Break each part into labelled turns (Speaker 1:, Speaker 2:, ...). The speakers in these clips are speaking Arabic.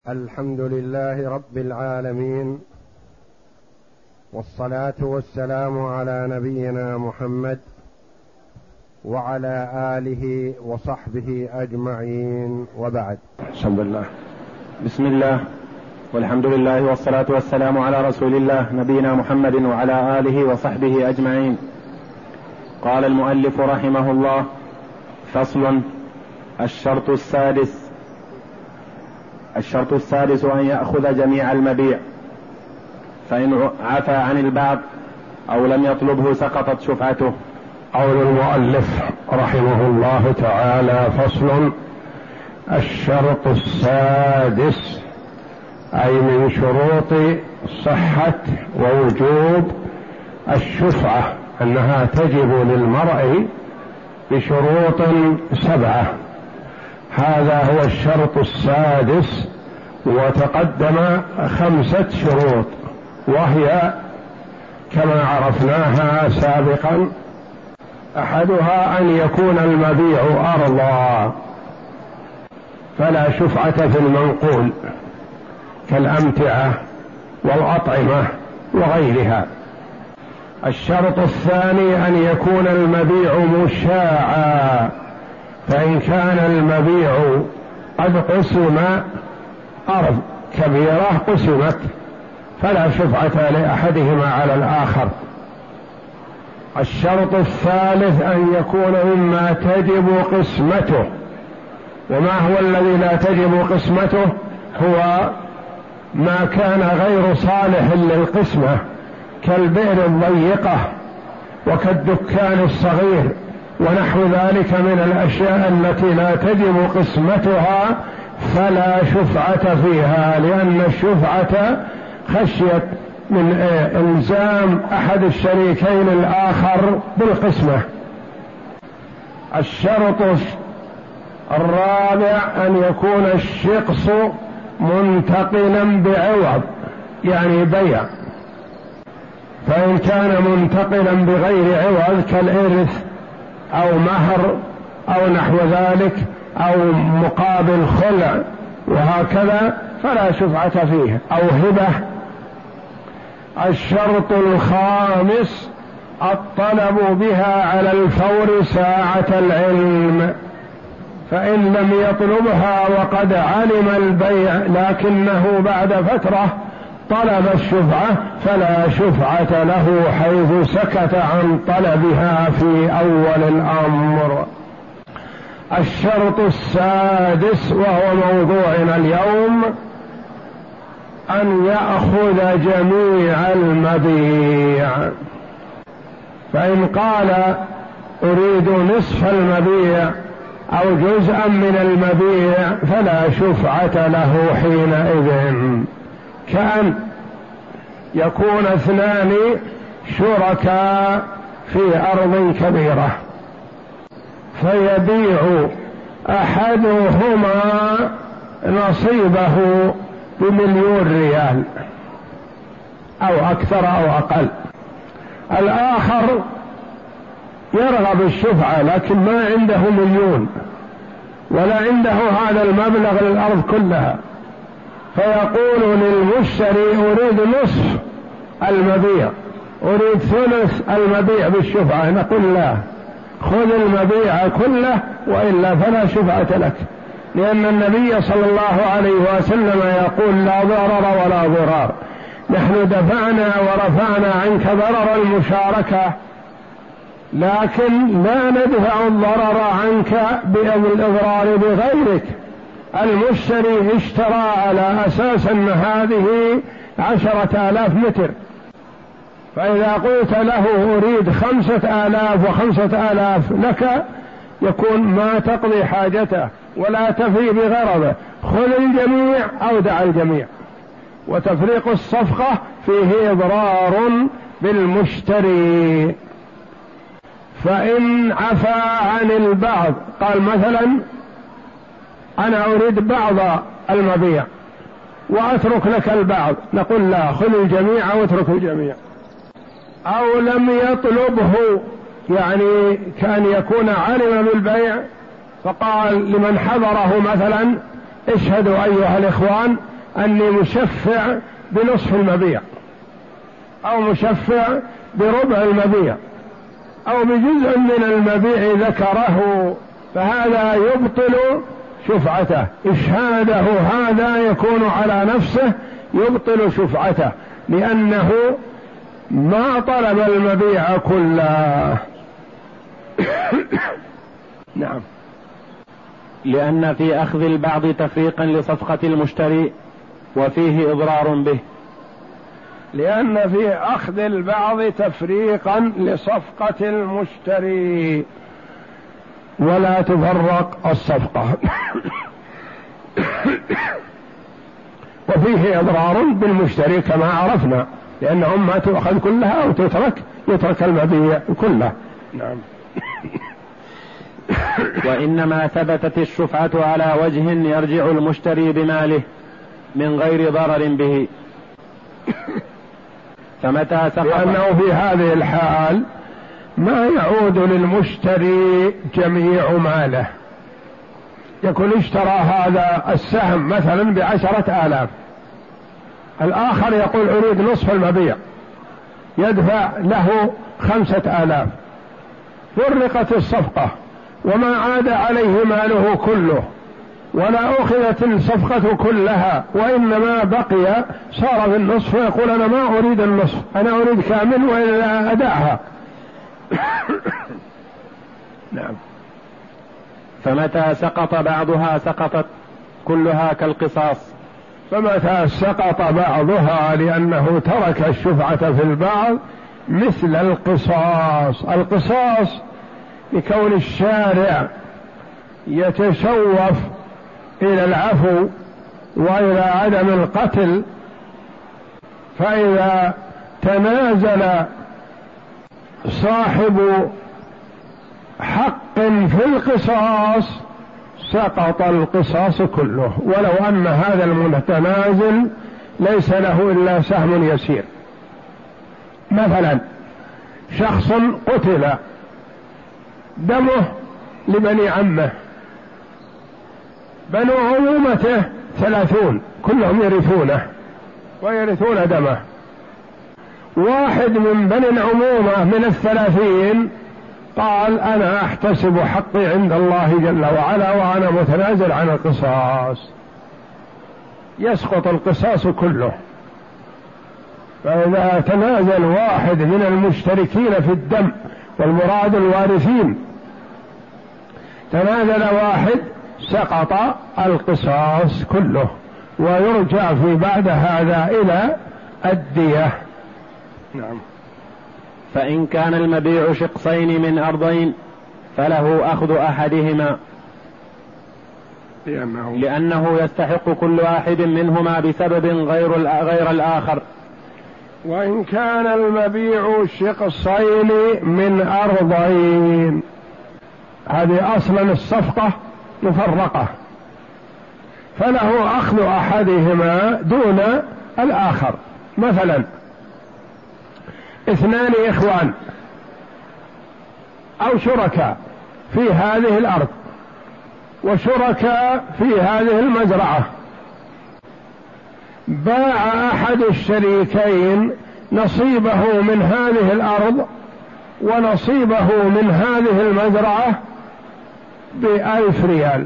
Speaker 1: الحمد لله رب العالمين، والصلاة والسلام على نبينا محمد وعلى آله وصحبه أجمعين، وبعد.
Speaker 2: بسم الله والحمد لله والصلاة والسلام على رسول الله نبينا محمد وعلى آله وصحبه أجمعين. قال المؤلف رحمه الله: فصل. الشرط السادس أن يأخذ جميع المبيع، فإن عفى عن البعض أو لم يطلبه سقطت شفعته.
Speaker 1: قول المؤلف رحمه الله تعالى: فصل. الشرط السادس أي من شروط صحة ووجوب الشفعة أنها تجب للمرء بشروط 7. هذا هو الشرط السادس، وتقدم 5 شروط، وهي كما عرفناها سابقا: أحدها أن يكون المبيع أرضا فلا شفعة في المنقول كالأمتعة والأطعمة وغيرها. الشرط الثاني أن يكون المبيع مشاعا، فإن كان المبيع قد قسم أرض كبيرة قسمت فلا شفعة لأحدهما على الآخر. الشرط الثالث أن يكون مما تجب قسمته. وما هو الذي لا تجب قسمته؟ هو ما كان غير صالح للقسمة كالبئر الضيقة وكالدكان الصغير ونحو ذلك من الأشياء التي لا تجب قسمتها فلا شفعة فيها، لأن الشفعة خشية من إلزام أحد الشريكين الآخر بالقسمة. الشرط الرابع أن يكون الشخص منتقلا بعوض، يعني بيع. فإن كان منتقلا بغير عوض كالإرث أو مهر أو نحو ذلك أو مقابل خلع وهكذا فلا شفعة فيه، أو هبة. الشرط الخامس الطلب بها على الفور ساعة العلم، فإن لم يطلبها وقد علم البيع لكنه بعد فترة طلب الشفعة فلا شفعة له حيث سكت عن طلبها في أول الأمر. الشرط السادس وهو موضوعنا اليوم أن يأخذ جميع المبيع، فإن قال أريد نصف المبيع أو جزءا من المبيع فلا شفعة له حينئذ. كأن يكون 2 شركاء في أرض كبيرة فيبيع أحدهما نصيبه ب1,000,000 ريال أو أكثر أو أقل، الآخر يرغب الشفعة لكن ما عنده 1,000,000 ولا عنده هذا المبلغ للأرض كلها، فيقول للمشتري أريد نصف المبيع، أريد ثلث المبيع بالشفعة. نقول لا، خذ المبيع كله وإلا فلا شفعة لك، لأن النبي صلى الله عليه وسلم يقول: لا ضرر ولا ضرار. نحن دفعنا ورفعنا عنك ضرر المشاركة، لكن لا ندفع الضرر عنك بالإضرار بغيرك. المشتري اشترى على أساس أن هذه 10,000 متر، فإذا قلت له أريد 5,000 و5,000 لك يكون ما تقضي حاجته ولا تفي بغرضه. خذ الجميع أو دع الجميع، وتفريق الصفقة فيه إضرار بالمشتري. فإن عفى عن البعض، قال مثلا أنا أريد بعض المبيع وأترك لك البعض، نقول لا، خذ الجميع واترك الجميع. أو لم يطلبه، يعني كان يكون علم بالبيع فقال لمن حضره مثلا: اشهدوا أيها الإخوان أني مشفع بنصف المبيع أو مشفع بربع المبيع أو بجزء من المبيع ذكره، فهذا يبطل شفعته. إشهاده هذا يكون على نفسه يبطل شفعته، لأنه ما طلب المبيع كله. نعم.
Speaker 2: لأن في أخذ البعض تفريقا لصفقة المشتري وفيه إضرار به.
Speaker 1: لأن في أخذ البعض تفريقا لصفقة المشتري ولا تفرق الصفقة. وفيه إضرار بالمشتري كما عرفنا، لأنهم ما تؤخذ كلها أو يترك المبيع كله. نعم.
Speaker 2: وإنما ثبتت الشفعة على وجه يرجع المشتري بماله من غير ضرر به، فمتى سقط،
Speaker 1: لأنه في هذه الحال ما يعود للمشتري جميع ماله. يكون اشترى هذا السهم مثلا ب10,000، الآخر يقول أريد نصف المبيع، يدفع له 5,000، فرقت الصفقة وما عاد عليه ماله كله ولا أخذت الصفقة كلها، وإنما بقي صار في النصف، ويقول أنا ما أريد النصف، أنا أريد كامل وإلا أدعها. نعم.
Speaker 2: فمتى سقط بعضها سقطت كلها كالقصاص.
Speaker 1: فمتى سقط بعضها لأنه ترك الشفعة في البعض مثل القصاص. القصاص لكون الشارع يتشوف إلى العفو وإلى عدم القتل، فإذا تنازل صاحب حق في القصاص سقط القصاص كله، ولو أن هذا المتنازل ليس له إلا سهم يسير. مثلا شخص قتل دمه لبني عمه، بنو عمومته 30 كلهم يرثونه ويرثون دمه، واحد من بني العمومة من 30 قال أنا أحتسب حقي عند الله جل وعلا وأنا متنازل عن القصاص، يسقط القصاص كله. فإذا تنازل واحد من المشتركين في الدم، والمراد الوارثين، تنازل واحد سقط القصاص كله، ويرجع في بعد هذا إلى الدية. نعم.
Speaker 2: فإن كان المبيع شقصين من أرضين فله أخذ أحدهما لأنه يستحق كل واحد منهما بسبب غير الآخر.
Speaker 1: وإن كان المبيع شقصين من أرضين، هذه أصلا الصفقة مفرقة، فله أخذ أحدهما دون الآخر. مثلا 2 إخوان أو شركاء في هذه الأرض وشركاء في هذه المزرعة، باع أحد الشريكين نصيبه من هذه الأرض ونصيبه من هذه المزرعة ب1,000 ريال.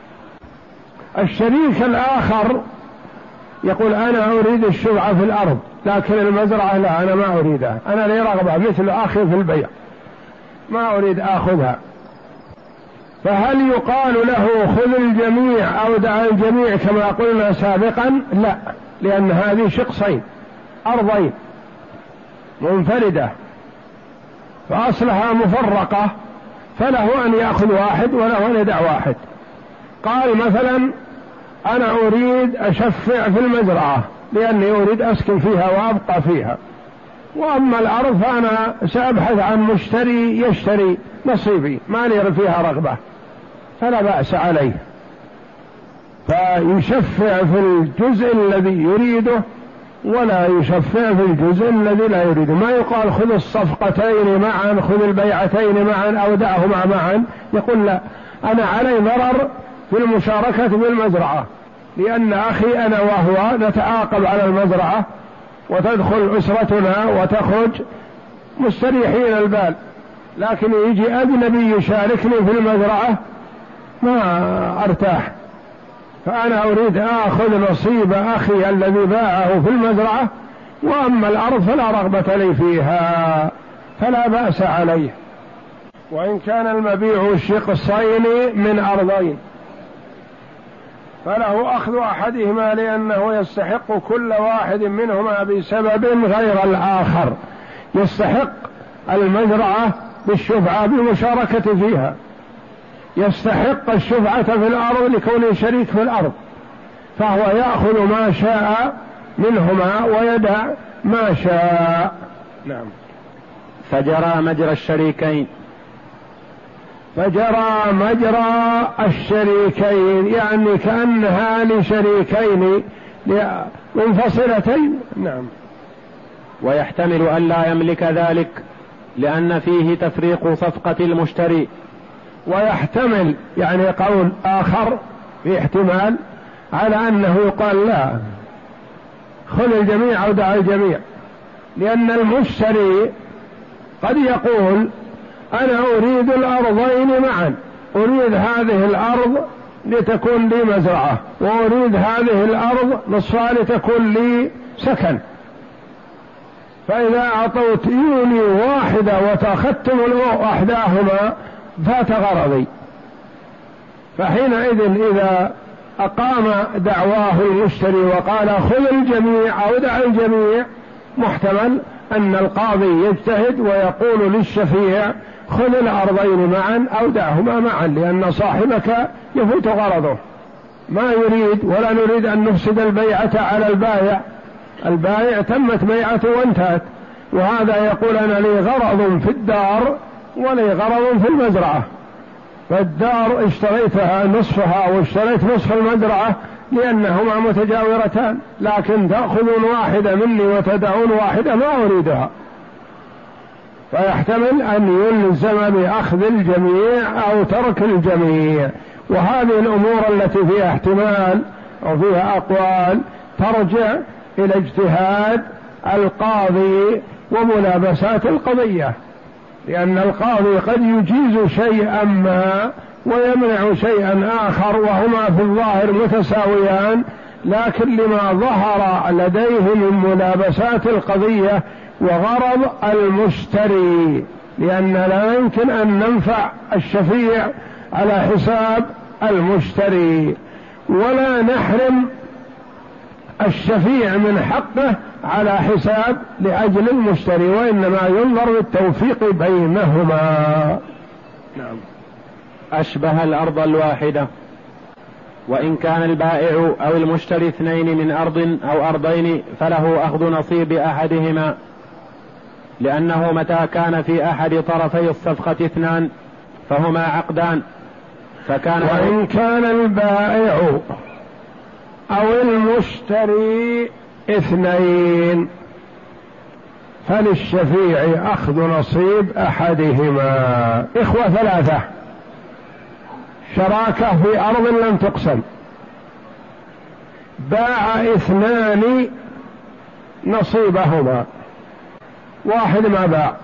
Speaker 1: الشريك الآخر يقول أنا أريد الشفعة في الأرض، لكن المزرعة لا، أنا ما أريدها، أنا لي رغبة مثل أخي في البيع ما أريد أخذها. فهل يقال له خذ الجميع أو دع الجميع كما قلنا سابقا؟ لا، لأن هذه شقصين أرضين منفردة فأصلها مفرقة، فله أن يأخذ واحد وله أن يدع واحد. قال مثلا أنا أريد أشفع في المزرعة لأني أريد أسكن فيها وأبقى فيها، وأما الأرض فأنا سأبحث عن مشتري يشتري نصيبي ما لي فيها رغبة، فلا بأس عليه، فيشفع في الجزء الذي يريده ولا يشفع في الجزء الذي لا يريده. ما يقال خذ الصفقتين معا، خذ البيعتين معا أو دعهما معا، يقول لا، أنا علي ضرر في المشاركة بالمزرعة لأن أخي أنا وهو نتعاقب على المزرعة وتدخل أسرتنا وتخرج مستريحين البال، لكن يجي أجنبي يشاركني في المزرعة ما أرتاح، فأنا أريد آخذ نصيب أخي الذي باعه في المزرعة، وأما الأرض فلا رغبة لي فيها فلا بأس عليه. وإن كان المبيع شقصين من أرضين فله أخذ أحدهما لأنه يستحق كل واحد منهما بسبب غير الآخر، يستحق المزرعة بالشفعة بالمشاركة فيها، يستحق الشفعة في الأرض لكونه شريك في الأرض، فهو يأخذ ما شاء منهما ويدع ما شاء. نعم.
Speaker 2: فجرى مجرى الشريكين،
Speaker 1: فجرى مجرى الشريكين يعني كأنها لشريكين منفصلتين. نعم.
Speaker 2: ويحتمل أن لا يملك ذلك لأن فيه تفريق صفقة المشتري.
Speaker 1: ويحتمل يعني قول آخر في احتمال على أنه يقال لا، خذ الجميع أو دع الجميع، لأن المشتري قد يقول أنا أريد الأرضين معا، أريد هذه الأرض لتكون لي مزرعة، وأريد هذه الأرض نصفها لتكون لي سكن، فإذا أعطيتوني واحدة وتأخذتم إحداهما فات غرضي. فحينئذ إذا أقام دعواه المشتري وقال خذ الجميع أو دع الجميع، محتمل أن القاضي يجتهد ويقول للشفيع خذ الأرضين معا أو دعهما معا، لأن صاحبك يفوت غرضه، ما يريد ولا نريد أن نفسد البيعة على البائع، البائع تمت بيعته وانتهت، وهذا يقول أنا لي غرض في الدار ولي غرض في المزرعة، فالدار اشتريتها نصفها واشتريت نصف المزرعة لأنهما متجاورتان، لكن تأخذون واحدة مني وتدعون واحدة ما أريدها، فيحتمل أن يلزم بأخذ الجميع أو ترك الجميع. وهذه الأمور التي فيها احتمال أو فيها أقوال ترجع إلى اجتهاد القاضي وملابسات القضية، لأن القاضي قد يجيز شيئا ما ويمنع شيئا آخر وهما في الظاهر متساويان، لكن لما ظهر لديه من ملابسات القضية وغرض المشتري، لأن لا يمكن أن ننفع الشفيع على حساب المشتري، ولا نحرم الشفيع من حقه على حساب لأجل المشتري، وإنما ينظر بالتوفيق بينهما.
Speaker 2: نعم. أشبه الأرض الواحدة، وإن كان البائع أو المشتري اثنين من أرض أو أرضين فله أخذ نصيب أحدهما، لأنه متى كان في أحد طرفي الصفقة اثنان فهما عقدان، فكان
Speaker 1: وإن كان البائع أو المشتري اثنين فللشفيع أخذ نصيب أحدهما. إخوة ثلاثة شراكة في أرض لم تقسم، باع اثنان نصيبهما، واحد ما باع،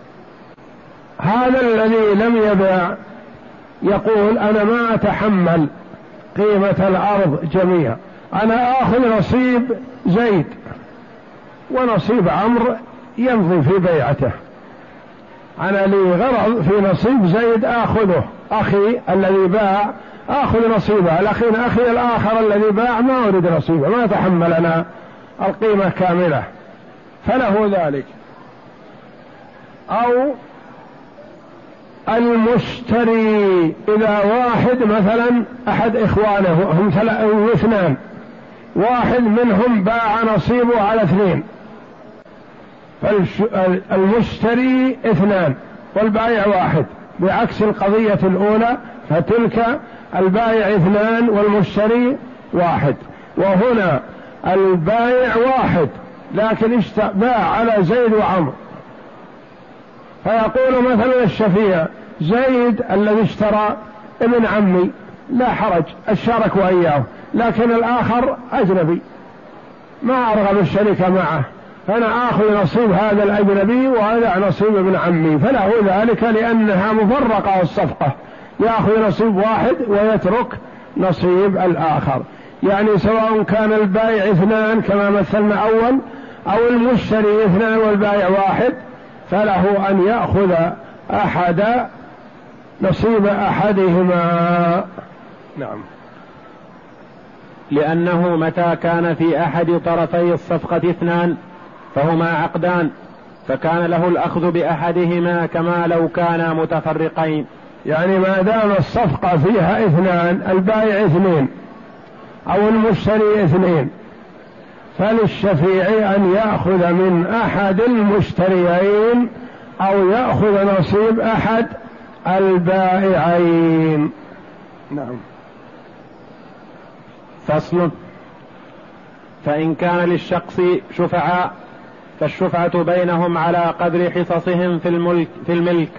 Speaker 1: هذا الذي لم يباع يقول أنا ما أتحمل قيمة الأرض جميعا، أنا آخذ نصيب زيد ونصيب عمرو يمضي في بيعته، أنا لي غرض في نصيب زيد آخذه، أخي الذي باع آخذ نصيبه، لكن أخي الآخر الذي باع ما أريد نصيبه، ما أتحمل أنا القيمة كاملة، فله ذلك. أو المشتري إذا واحد مثلا أحد إخوانه هم اثنان، واحد منهم باع نصيبه على اثنين، فالمشتري اثنان والبائع واحد، بعكس القضية الأولى، فتلك البائع اثنان والمشتري واحد، وهنا البائع واحد لكن باع على زيد وعمر، فيقول مثلا الشفيع زيد الذي اشترى ابن عمي لا حرج أشارك وإياه، لكن الآخر أجنبي ما أرغب الشركة معه، فأنا آخذ نصيب هذا الأجنبي وهذا نصيب ابن عمي، فله ذلك لأنها مفرقة الصفقة، يأخذ نصيب واحد ويترك نصيب الآخر. يعني سواء كان البائع اثنان كما مثلنا أول، أو المشتري اثنان والبائع واحد، فله أن يأخذ أحد نصيب أحدهما. نعم.
Speaker 2: لأنه متى كان في أحد طرفي الصفقة اثنان فهما عقدان، فكان له الأخذ بأحدهما كما لو كانا متفرقين.
Speaker 1: يعني ما دام الصفقة فيها اثنان، البائع اثنين أو المشتري اثنين، فللشفيع أن يأخذ من أحد المشتريين أو يأخذ نصيب أحد البائعين. نعم.
Speaker 2: فصل: فإن كان للشخص شفعاء فالشفعة بينهم على قدر حصصهم في الملك.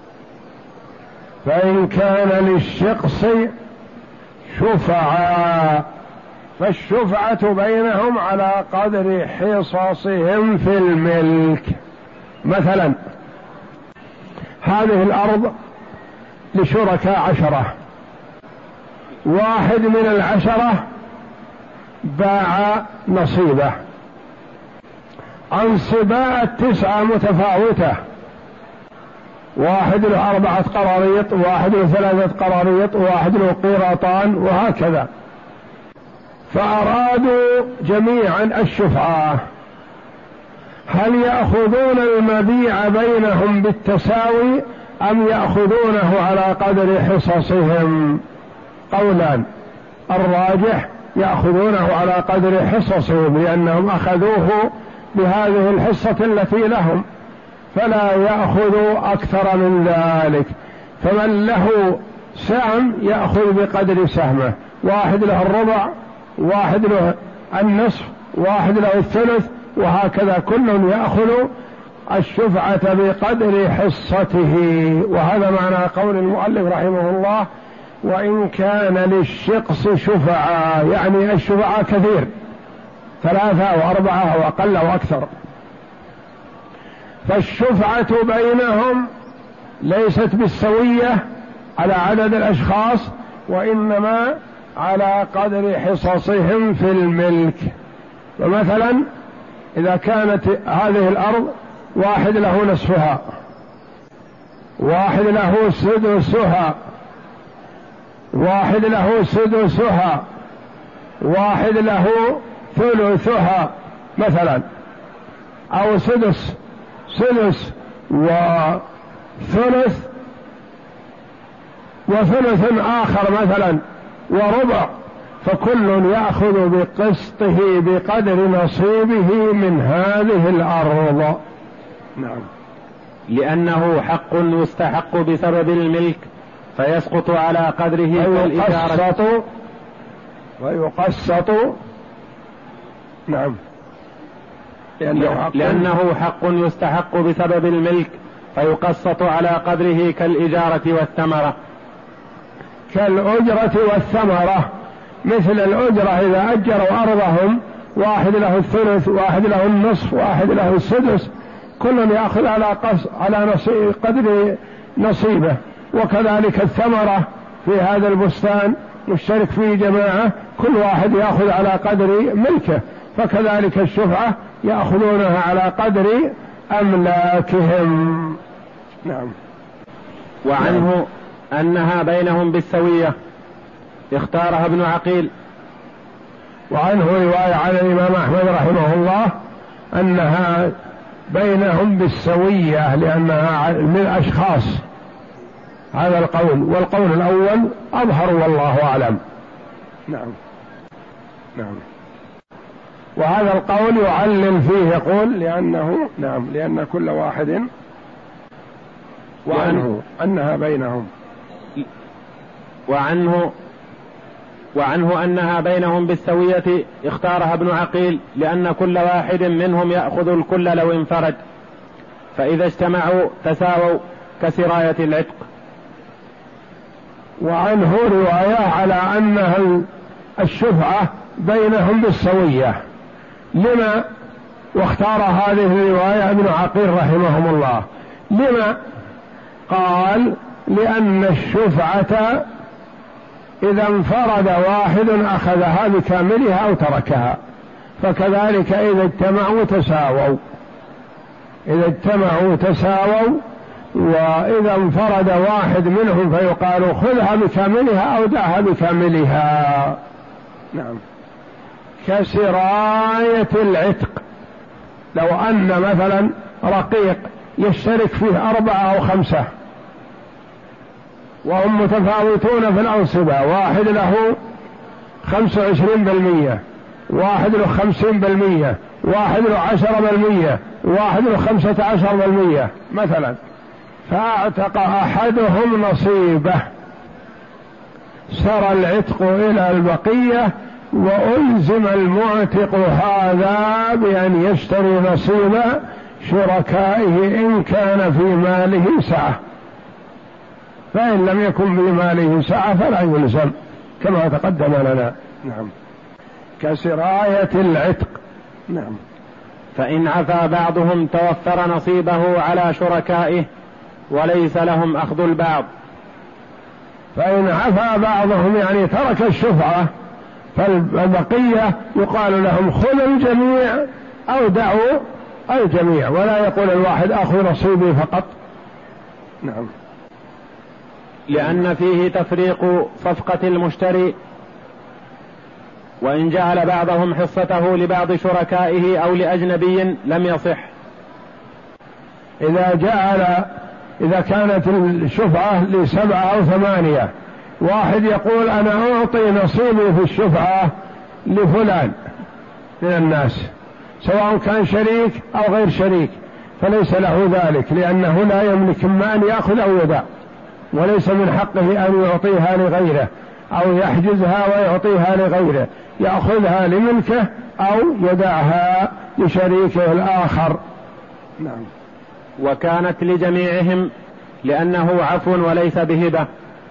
Speaker 1: فإن كان للشخص شفعاء فالشفعة بينهم على قدر حصصهم في الملك. مثلا هذه الأرض لشركاء 10، واحد من 10 باع نصيبه، أنصباء 9 متفاوتة، واحد له 4 قراريط، واحد له 3 قراريط، واحد له قيراطان، وهكذا. فأرادوا جميعا الشفعة، هل يأخذون المبيع بينهم بالتساوي أم يأخذونه على قدر حصصهم؟ قولان، الراجح يأخذونه على قدر حصصهم، لأنهم أخذوه بهذه الحصة التي لهم، فلا يأخذوا أكثر من ذلك. فمن له سهم يأخذ بقدر سهمه، واحد له الربع، واحد له النصف، واحد له الثلث، وهكذا كل يأخذ الشفعة بقدر حصته. وهذا معنى قول المؤلف رحمه الله: وإن كان للشخص شفعاء، يعني الشفعاء كثير، 3 أو 4 أو أقل أو أكثر، فالشفعة بينهم ليست بالسوية على عدد الأشخاص، وإنما على قدر حصصهم في الملك. ومثلا إذا كانت هذه الأرض واحد له نصفها، واحد له سدسها، واحد له سدسها، واحد له ثلثها مثلا، أو سدس وثلث وثلث آخر مثلا وربع، فكل يأخذ بقسطه بقدر نصيبه من هذه الأرض. نعم.
Speaker 2: لأنه حق يستحق بسبب الملك فيسقط على قدره كالإجارة
Speaker 1: ويقسط. نعم.
Speaker 2: لأنه حق يستحق بسبب الملك فيقسط على قدره كالإجارة والثمرة.
Speaker 1: كالأجرة والثمرة، مثل الأجرة إذا أجروا أرضهم، واحد له الثلث، واحد له النصف، واحد له السدس، كل يأخذ على قدر نصيبه. وكذلك الثمرة في هذا البستان مشترك فيه جماعة، كل واحد يأخذ على قدر ملكه، فكذلك الشفعة يأخذونها على قدر أملاكهم. نعم.
Speaker 2: وعنه أنها بينهم بالسوية اختارها ابن عقيل.
Speaker 1: وعنه رواية عن الإمام أحمد رحمه الله أنها بينهم بالسوية لأنها للأشخاص، هذا القول، والقول الأول أظهر والله أعلم. نعم. نعم. وهذا القول يعلل فيه، يقول لأن كل واحد، وعنه أنها بينهم،
Speaker 2: وعنه أنها بينهم بالسوية اختارها ابن عقيل، لأن كل واحد منهم يأخذ الكل لو انفرد، فإذا اجتمعوا تساووا كسراية العتق.
Speaker 1: وعنه رواية على أنها الشفعة بينهم بالسوية. لما واختار هذه الرواية ابن عقيل رحمهم الله؟ لما؟ قال لأن الشفعة إذا انفرد واحد أخذها بكاملها أو تركها، فكذلك إذا اجتمعوا تساووا، إذا اجتمعوا تساووا، وإذا انفرد واحد منهم فيقال خذها بكاملها أو دعها بكاملها. نعم. كسراية العتق، لو أن مثلا رقيق يشترك فيه 4 أو 5 وهم متفاوتون في الأنصبة، واحد له 25%، واحد له 50%، واحد له 10%، واحد له 15% مثلا، فاعتق أحدهم نصيبه، سرى العتق إلى البقية، وألزم المعتق هذا بأن يشتري نصيب شركائه إن كان في ماله سعة، فإن لم يكن في ماله سعة فلا يلزم كما تقدم لنا. نعم. كسراية العتق. نعم.
Speaker 2: فإن عفا بعضهم توفر نصيبه على شركائه وليس لهم أخذ البعض.
Speaker 1: فإن عفا بعضهم يعني ترك الشفعة، فالبقية يقال لهم خذوا الجميع أو دعوا الجميع، ولا يقول الواحد أخذ نصيبي فقط. نعم.
Speaker 2: لأن فيه تفريق صفقة المشتري، وإن جعل بعضهم حصته لبعض شركائه أو لأجنبي لم يصح.
Speaker 1: إذا كانت الشفعة ل7 أو 8، واحد يقول أنا أعطي نصيبي في الشفعة لفلان من الناس سواء كان شريك أو غير شريك، فليس له ذلك، لأنه لا يملك إما أن يأخذ أو يدع، وليس من حقه أن يعطيها لغيره أو يحجزها ويعطيها لغيره، يأخذها لملكه أو يدعها لشريكه الآخر. نعم.
Speaker 2: وكانت لجميعهم لأنه عفو وليس بهبة.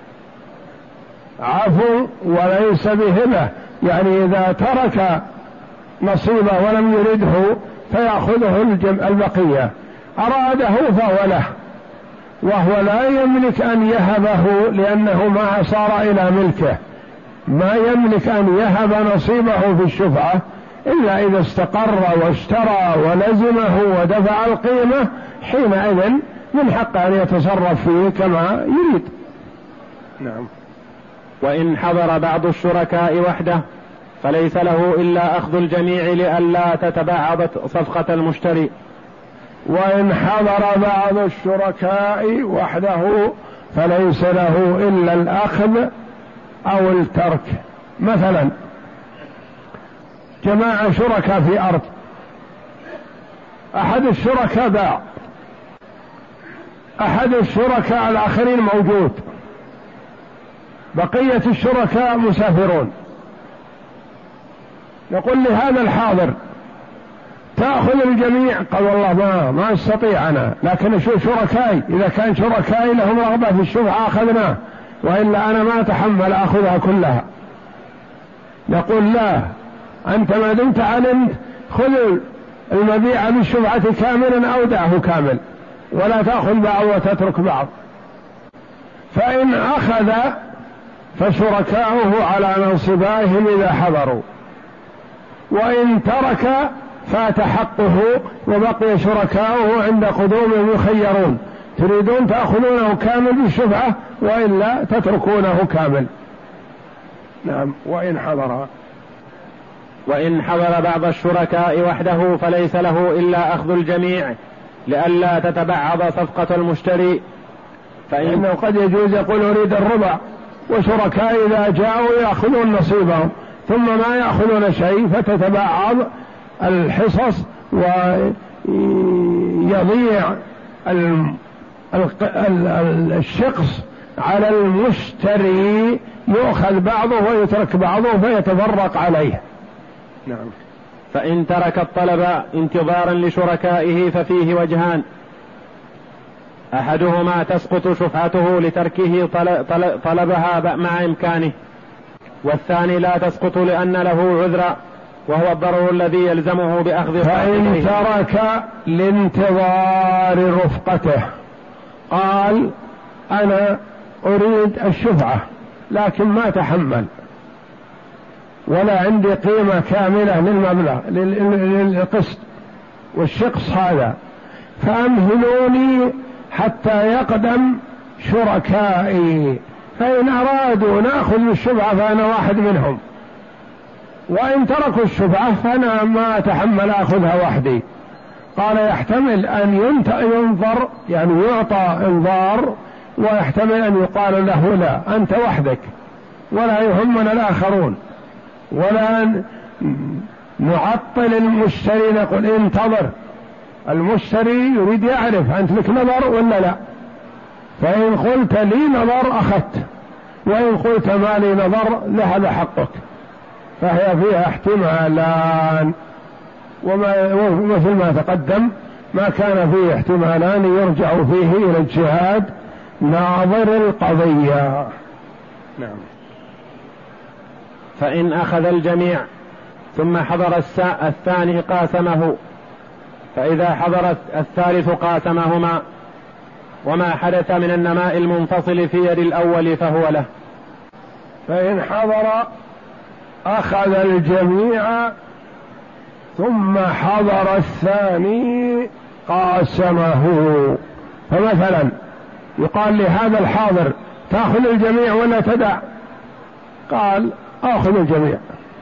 Speaker 1: عفو وليس بهبة، يعني إذا ترك نصيبه ولم يرده فيأخذه البقية، أراده فهو له، وهو لا يملك أن يهبه لأنه ما صار إلى ملكه، ما يملك أن يهب نصيبه في الشفعة إلا إذا استقر واشترى ولزمه ودفع القيمة، حينئذ من حقه أن يتصرف فيه كما يريد. نعم.
Speaker 2: وإن حضر بعض الشركاء وحده فليس له إلا أخذ الجميع لئلا تتبعض صفقة المشتري.
Speaker 1: وإن حضر بعض الشركاء وحده فليس له إلا الأخذ أو الترك. مثلا جماعة شركاء في أرض، أحد الشركاء باع، أحد الشركاء الآخرين موجود، بقية الشركاء مسافرون، نقول لهذا الحاضر تأخذ الجميع، قال والله ما استطيع أنا، لكن أشوف شركائي، إذا كان شركائي لهم رغبة في الشفعة أخذناه، وإلا أنا ما أتحمل أخذها كلها. نقول لا، أنت ما دمت علمت خذ المبيع بالشفعة كاملا أو دعه كامل، ولا تأخذ بعض وتترك بعض. فإن أخذ فشركاؤه على منصبائهم إذا حضروا، وإن ترك فات حقه وبقي شركاؤه عند قدومهم يخيرون، تريدون تأخذونه كامل بالشفعة وإلا تتركونه كامل. نعم.
Speaker 2: وإن حضر بعض الشركاء وحده فليس له إلا أخذ الجميع لئلا تتبعض صفقة المشتري،
Speaker 1: فإنه قد يجوز يقول أريد الربع، وشركاء إذا جاءوا يأخذون نصيبهم ثم ما يأخذون شيء، فتتبعض الحصص ويضيع الشخص على المشتري، يؤخذ بعضه ويترك بعضه فيتفرق عليه.
Speaker 2: نعم. فإن ترك الطلب انتظارا لشركائه ففيه وجهان: أحدهما تسقط شفعته لتركه طلبها مع إمكانه، والثاني لا تسقط لأن له عذرا وهو الضرر الذي يلزمه بأخذ
Speaker 1: فإن ترك لانتظار رفقته قال أنا أريد الشفعة لكن ما تحمل ولا عندي قيمة كاملة للمبلغ للقسط والشقص هذا، فأمهلوني حتى يقدم شركائي، فإن أرادوا نأخذ الشفعة فأنا واحد منهم، وإن تركوا الشفعة فأنا ما أتحمل أخذها وحدي. قال يحتمل أن ينظر يعني يعطى انظار، ويحتمل أن يقال له لا أنت وحدك ولا يهمنا الآخرون، ولا نعطل المشتري نقول انتظر، المشتري يريد يعرف أنت لك نظر ولا لا، فإن قلت لي نظر أخذت، وإن قلت ما لي نظر لهذا حقك، فهي فيها احتمالان. ومثل ما تقدم ما كان فيه احتمالان يرجع فيه إلى اجتهاد ناظر القضية. نعم.
Speaker 2: فإن أخذ الجميع ثم حضر الثاني قاسمه، فإذا حضر الثالث قاسمهما، وما حدث من النماء المنفصل في يد الأول فهو له.
Speaker 1: فإن حضر أخذ الجميع ثم حضر الثاني قاسمه. فمثلا يقال لهذا الحاضر تأخذ الجميع ولا تدع؟ قال آخذ الجميع.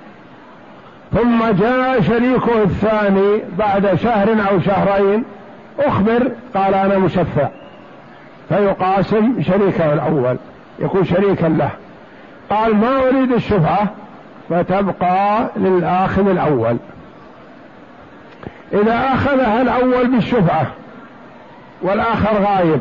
Speaker 1: ثم جاء شريكه الثاني بعد شهر أو شهرين أخبر قال أنا مشفع، فيقاسم شريكه الأول يكون شريكا له. قال ما أريد الشفعة فتبقى للآخذ الأول. إذا أخذها الأول بالشفعة والآخر غايب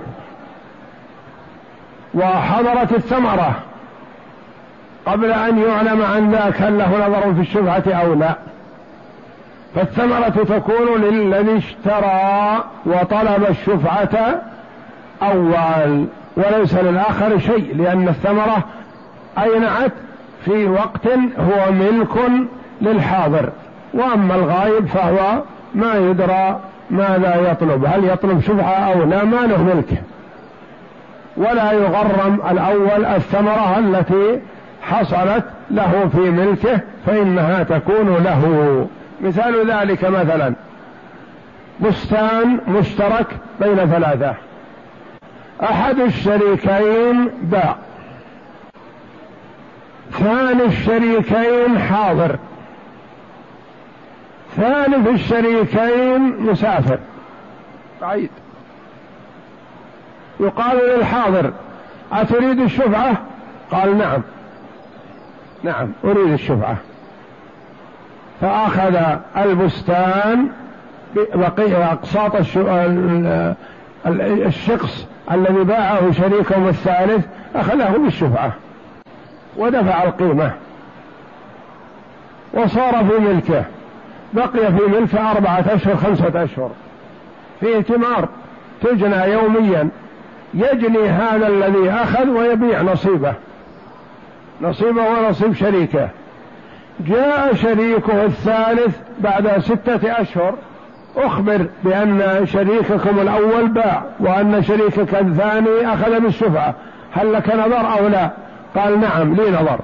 Speaker 1: وحضرت الثمرة قبل أن يعلم عن ذاك هل له نظر في الشفعة أو لا، فالثمرة تكون للذي اشترى وطلب الشفعة أول، وليس للآخر شيء، لأن الثمرة أينعت في وقت هو ملك للحاضر، وأما الغايب فهو ما يدرى ماذا يطلب، هل يطلب شفعة أو لا، ما له ملكه، ولا يغرم الأول الثمرة التي حصلت له في ملكه فإنها تكون له. مثال ذلك مثلا بستان مشترك بين ثلاثة، أحد الشريكين باع، ثاني الشريكين حاضر، ثالث الشريكين مسافر بعيد. يقال للحاضر أتريد الشفعة؟ قال نعم نعم أريد الشفعة، فأخذ البستان بقي أقساط الشخص الذي باعه شريكه الثالث أخذه بالشفعة ودفع القيمة وصار في ملكه، بقي في ملكه 4 أشهر 5 أشهر، فيه ثمار تجنى يوميا، يجني هذا الذي أخذ ويبيع نصيبه ونصيب شريكه. جاء شريكه الثالث بعد 6 أشهر أخبر بأن شريككم الأول باع وأن شريكك الثاني أخذ بالشفعة، هل لك نظر أو لا؟ قال نعم لي نظر،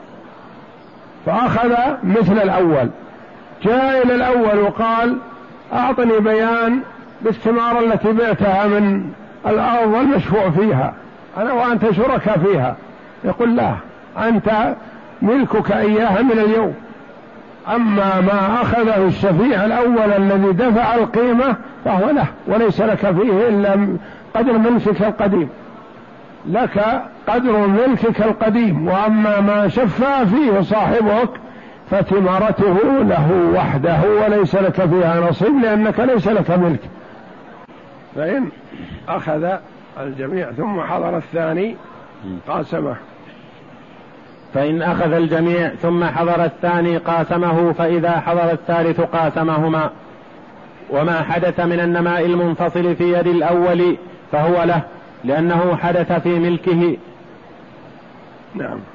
Speaker 1: فأخذ مثل الأول. جاء إلى الأول وقال أعطني بيان بالثمار التي بعتها من الأرض المشفوع فيها، أنا وأنت شركاء فيها. يقول لا، أنت ملكك إياها من اليوم، أما ما أخذه الشفيع الأول الذي دفع القيمة فهو له وليس لك فيه إلا قدر ملكك القديم، لك قدر ملكك القديم، وأما ما شفع فيه صاحبك فثمرته له وحده وليس لك فيها نصيب لأنك ليس لك ملك. فإن أخذ الجميع ثم حضر الثاني قاسمه.
Speaker 2: فإن أخذ الجميع ثم حضر الثاني قاسمه، فإذا حضر الثالث قاسمهما، وما حدث من النماء المنفصل في يد الأول فهو له لأنه حدث في ملكه.
Speaker 1: نعم.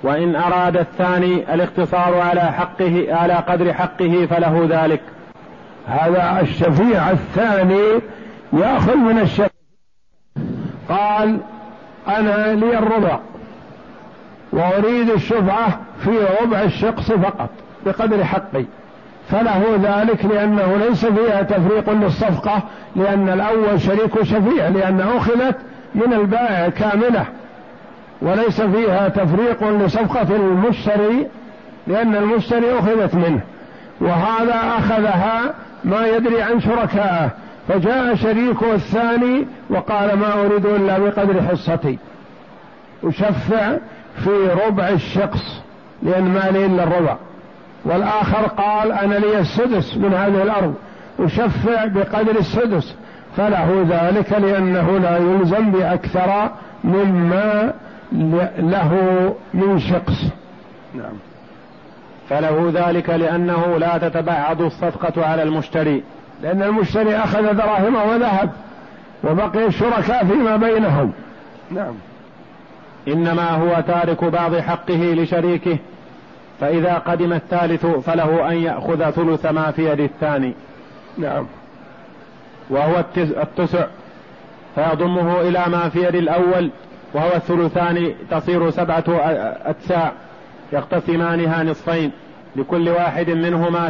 Speaker 2: وإن أراد الثاني الاقتصار على قدر حقه فله ذلك.
Speaker 1: هذا الشفيع الثاني يأخذ من الشفيع. قال أنا لي الربع وأريد الشفعة في ربع الشقص فقط بقدر حقي، فله ذلك، لأنه ليس فيها تفريق للصفقة، لأن الأول شريك شفيع، لأنها أخذت من البائع كاملة، وليس فيها تفريق لصفقة المشتري، لأن المشتري أخذت منه، وهذا أخذها ما يدري عن شركائه، فجاء شريكه الثاني وقال ما أريد إلا بقدر حصتي، أشفع في ربع الشقص لأن ما لي إلا الربع. والآخر قال أنا لي السدس من هذه الأرض، أشفع بقدر السدس، فله ذلك لأنه لا يلزم بأكثر مما له من شقص.
Speaker 2: نعم. فله ذلك لأنه لا تتبعض الصفقة على المشتري،
Speaker 1: لأن المشتري أخذ دراهم وذهب وبقي الشركاء فيما بينهم. نعم.
Speaker 2: إنما هو تارك بعض حقه لشريكه، فإذا قدم الثالث فله أن يأخذ ثلث ما في يد الثاني.
Speaker 1: نعم.
Speaker 2: وهو التسع، فيضمه إلى ما في يد الأول، وهو الثلثان، تصير 7 أتساع يقتسمانها نصفين، لكل واحد منهما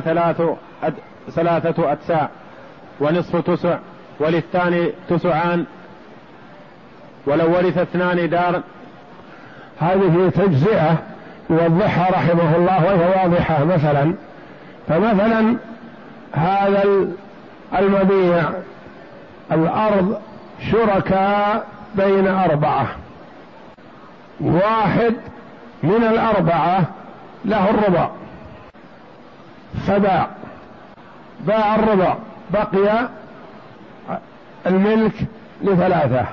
Speaker 2: 3 أتساع، ونصف تسع، وللثاني تسعان، ولو ورث 2 دار.
Speaker 1: هذه تجزئة يوضحها رحمه الله وهي واضحة. فمثلا هذا المبيع الأرض شركاء بين 4، واحد من 4 له الربع، باع الربع، بقي الملك ل3.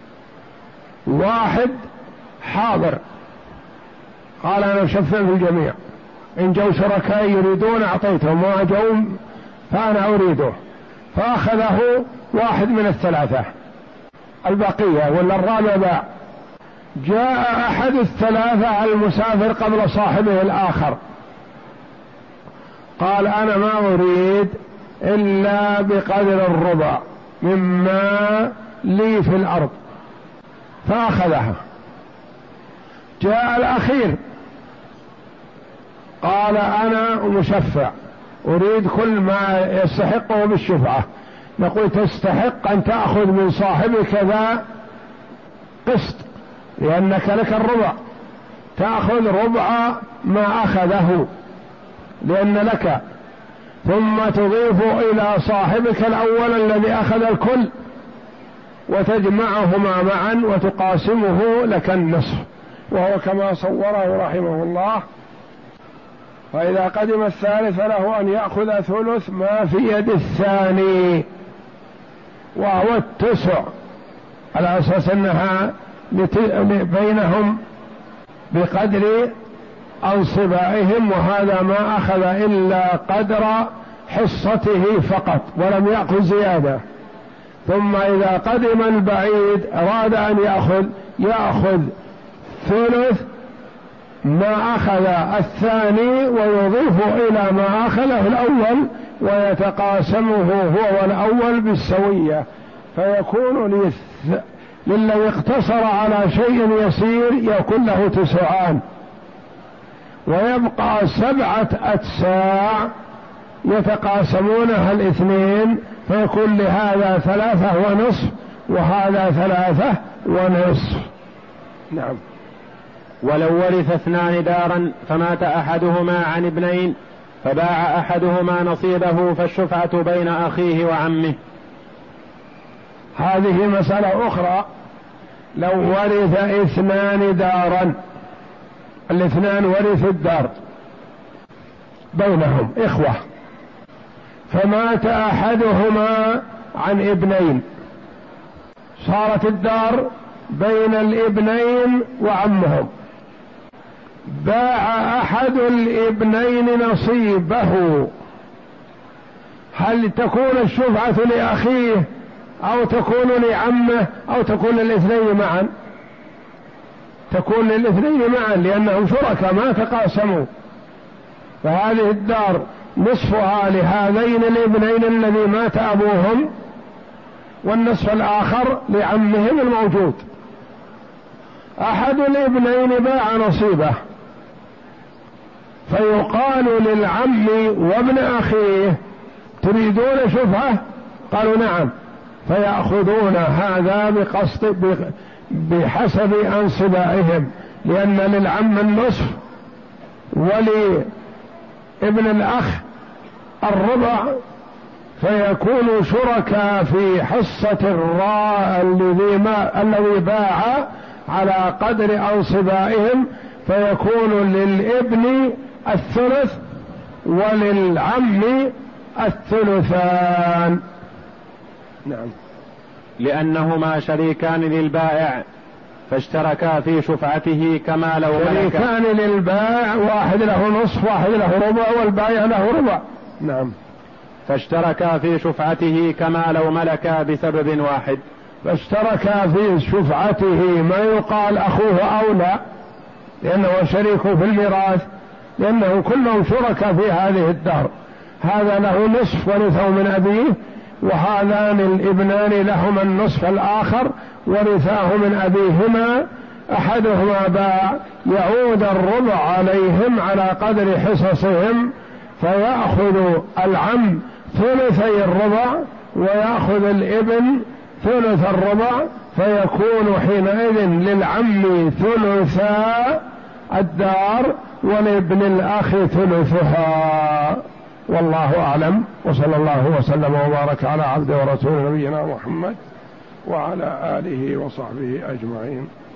Speaker 1: واحد حاضر قال أنا أشفع في الجميع، إن جو شركاء يريدون أعطيتهم، ما جو فأنا أريده، فأخذه واحد من 3 البقية، ولا الرابع باع. جاء أحد 3 المسافر قبل صاحبه الآخر، قال أنا ما أريد إلا بقدر الربع مما لي في الأرض، فأخذها. جاء الأخير قال أنا مشفع، أريد كل ما يستحقه بالشفعة. نقول تستحق أن تأخذ من صاحبك ذا قسط، لأنك لك الربع، تأخذ ربع ما أخذه لأن لك، ثم تضيف إلى صاحبك الأول الذي أخذ الكل، وتجمعهما معا وتقاسمه لك النصف، وهو كما صوره رحمه الله. فإذا قدم الثالث له أن يأخذ ثلث ما في يد الثاني، وهو التسع، على أساس أنها بينهم بقدر أنصبائهم، وهذا ما أخذ إلا قدر حصته فقط ولم يأخذ زيادة. ثم إذا قدم البعيد أراد أن يأخذ ثلث ما أخذ الثاني ويضيف إلى ما أخذه الأول، ويتقاسمه هو والأول بالسوية، فيكون للذي اقتصر على شيء يسير يكون له 9، ويبقى 7 أتساع يتقاسمونها 2، فيكون لهذا 3.5 وهذا 3.5. نعم.
Speaker 2: ولو ورث 2 دارا فمات أحدهما عن ابنين فباع أحدهما نصيبه، فالشفعة بين أخيه وعمه.
Speaker 1: هذه مسألة أخرى. لو ورث 2 دارا، 2 ورثوا الدار بينهم إخوة، فمات أحدهما عن ابنين، صارت الدار بين الابنين وعمهم، باع أحد الابنين نصيبه، هل تكون الشفعة لأخيه أو تكون لعمه أو تكون للاثنين معا؟ تكون للاثنين معا لأنهم شركاء ما تقاسموا، فهذه الدار نصفها لهذين الابنين الذي مات أبوهم، والنصف الآخر لعمهم الموجود. أحد الابنين باع نصيبه، فيقال للعم وابن أخيه تريدون شفعة؟ قالوا نعم، فيأخذون هذا بحسب أنصبائهم، لأن للعم النصف ولابن الأخ الربع، فيكونوا شركاء في حصة الذي باع على قدر أنصبائهم، فيكون للابن الثلث وللعم الثلثان. نعم.
Speaker 2: لأنهما شريكان للبائع فاشتركا في شفعته كما لو ملك.
Speaker 1: شريكان للبائع، واحد له نصف واحد له ربع والبائع له ربع. نعم.
Speaker 2: فاشتركا في شفعته كما لو ملكا بسبب واحد.
Speaker 1: فاشتركا في شفعته، ما يقال أخوه أولى لأنه شريك في الميراث، لأنه كلهم شركاء في هذه الدار، هذا له نصف ورثه من أبيه، وهذان الابنان لهما النصف الآخر ورثاه من أبيهما، أحدهما باع، يعود الربع عليهم على قدر حصصهم، فيأخذ العم ثلثي الربع ويأخذ الابن ثلث الربع، فيكون حينئذ للعم ثلثا الدار ولابن الأخ ثلثها. والله أعلم، وصلى الله وسلم وبارك على عبد ورسول نبينا محمد وعلى آله وصحبه أجمعين.